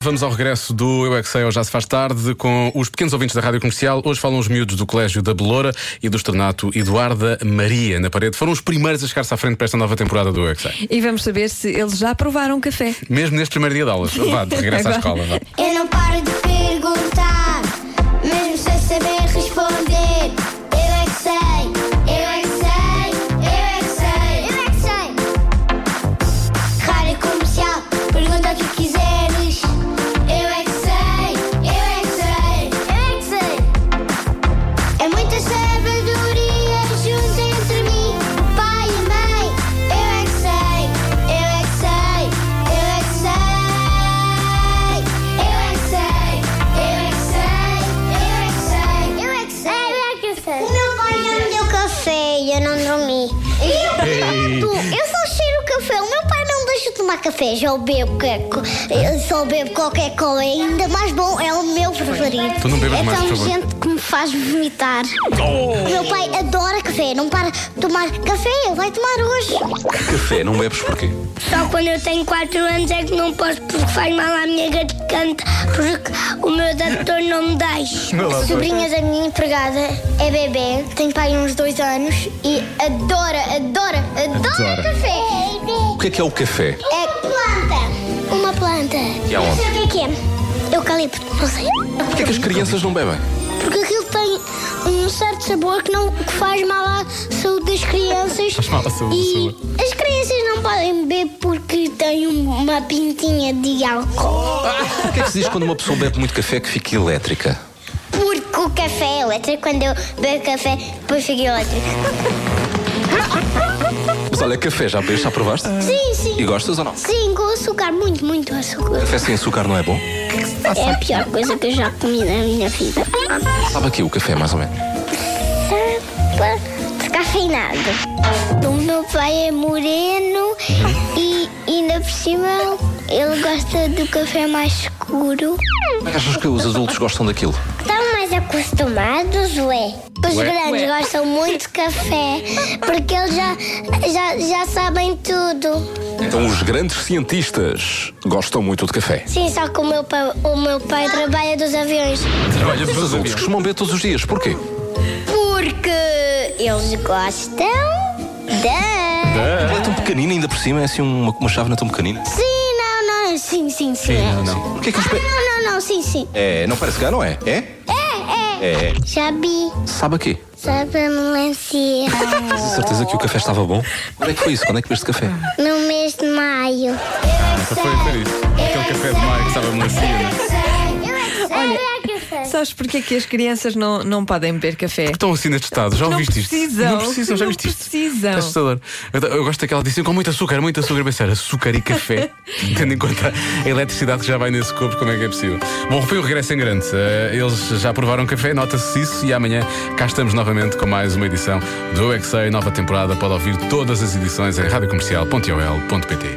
Vamos ao regresso do Eu é que Sei, ou Já se faz tarde, com os pequenos ouvintes da Rádio Comercial. Hoje falam os miúdos do Colégio da Beloura e do Externato Eduarda Maria, na Parede. Foram os primeiros a chegar-se à frente para esta nova temporada do Eu é que Sei. E vamos saber se eles já provaram café. Mesmo neste primeiro dia de aulas. Vá, de regresso à escola. Vá. Eu não paro de perguntar, mesmo sem saber responder. Eu é que sei, eu é que sei, eu é que sei, eu é que sei. Rádio Comercial, pergunta o que quiseres. Eu é que sei, eu é que sei, eu é que sei. É muita sabedoria junto entre mim, pai e mãe. Eu é que sei, eu é que sei, eu é que sei. Eu é que sei, eu é que sei, eu é que sei, eu é que sei, eu é que sei. O meu pai não me deu café e eu não dormi. Eu só cheiro café. O meu pai não deixa tomar café. Eu só bebo Coca-Cola. É ainda mais bom. É o meu preferido. Tu não bebas mais, por tão favor. gente que me faz vomitar. O meu pai adora café. Não para de tomar café. Ele vai tomar hoje. Café, não bebes porquê? Só quando eu tenho 4 anos é que não posso, porque faz mal à minha garganta, porque o meu doutor não me deixa. A sobrinha da minha empregada é bebê, tem pai uns 2 anos e adora café. O que é o café? É planta. Uma planta. E aonde? Não sei o que é. Eucalipto, não sei. Porquê é que as crianças não bebem? Porque aquilo tem um certo sabor que faz mal à saúde das crianças. Faz mal à saúde da E saúde. as crianças não podem beber porque tem uma pintinha de álcool. O que é que se diz quando uma pessoa bebe muito café que fica elétrica? Porque o café é elétrico. Quando eu bebo café, depois fica elétrico. Mas olha, café já bebes, já provaste? Sim, sim. E gostas ou não? Sim, com açúcar, muito açúcar. Café sem açúcar não é bom? É a pior coisa que eu já comi na minha vida. Sabe aqui o café, mais ou menos? Descafeinado. O meu pai é moreno e ainda por cima ele gosta do café mais escuro. Como é que achas que os adultos gostam daquilo? Estão mais acostumados, ué? Os grandes gostam muito de café porque eles já sabem tudo. Então os grandes cientistas gostam muito de café. Sim, só que o meu pai trabalha dos aviões. Trabalha Os para os adultos aviões. costumam beber todos os dias, porquê? Porque eles gostam da... É tão pequenina ainda por cima, é assim uma chávena tão pequenina. Sim, não, sim. Porquê é que eles bebem? Não, sim. É, não parece cá, não é? É? É. Já vi. Sabe a quê? Sabe a melancia. Tens a certeza que o café estava bom? Quando é que foi isso? Quando é que bebeste café? No mês de maio. Só foi a ver isso. Aquele café de maio que estava melancia, né? Olha, sabes porque é que as crianças não podem beber café? Estão assim neste estado, já Não ouviste isto? precisam. Não precisam, já Não viste isto? precisam. É assustador. Eu gosto daquela disse com muito açúcar. Pensar, açúcar e café, tendo em conta a eletricidade que já vai nesse corpo, como é que é possível? Bom, foi o regresso em grande. Eles já provaram café, nota-se isso, e amanhã cá estamos novamente com mais uma edição do Eu é que Sei, nova temporada. Pode ouvir todas as edições em radiocomercial.ol.pt.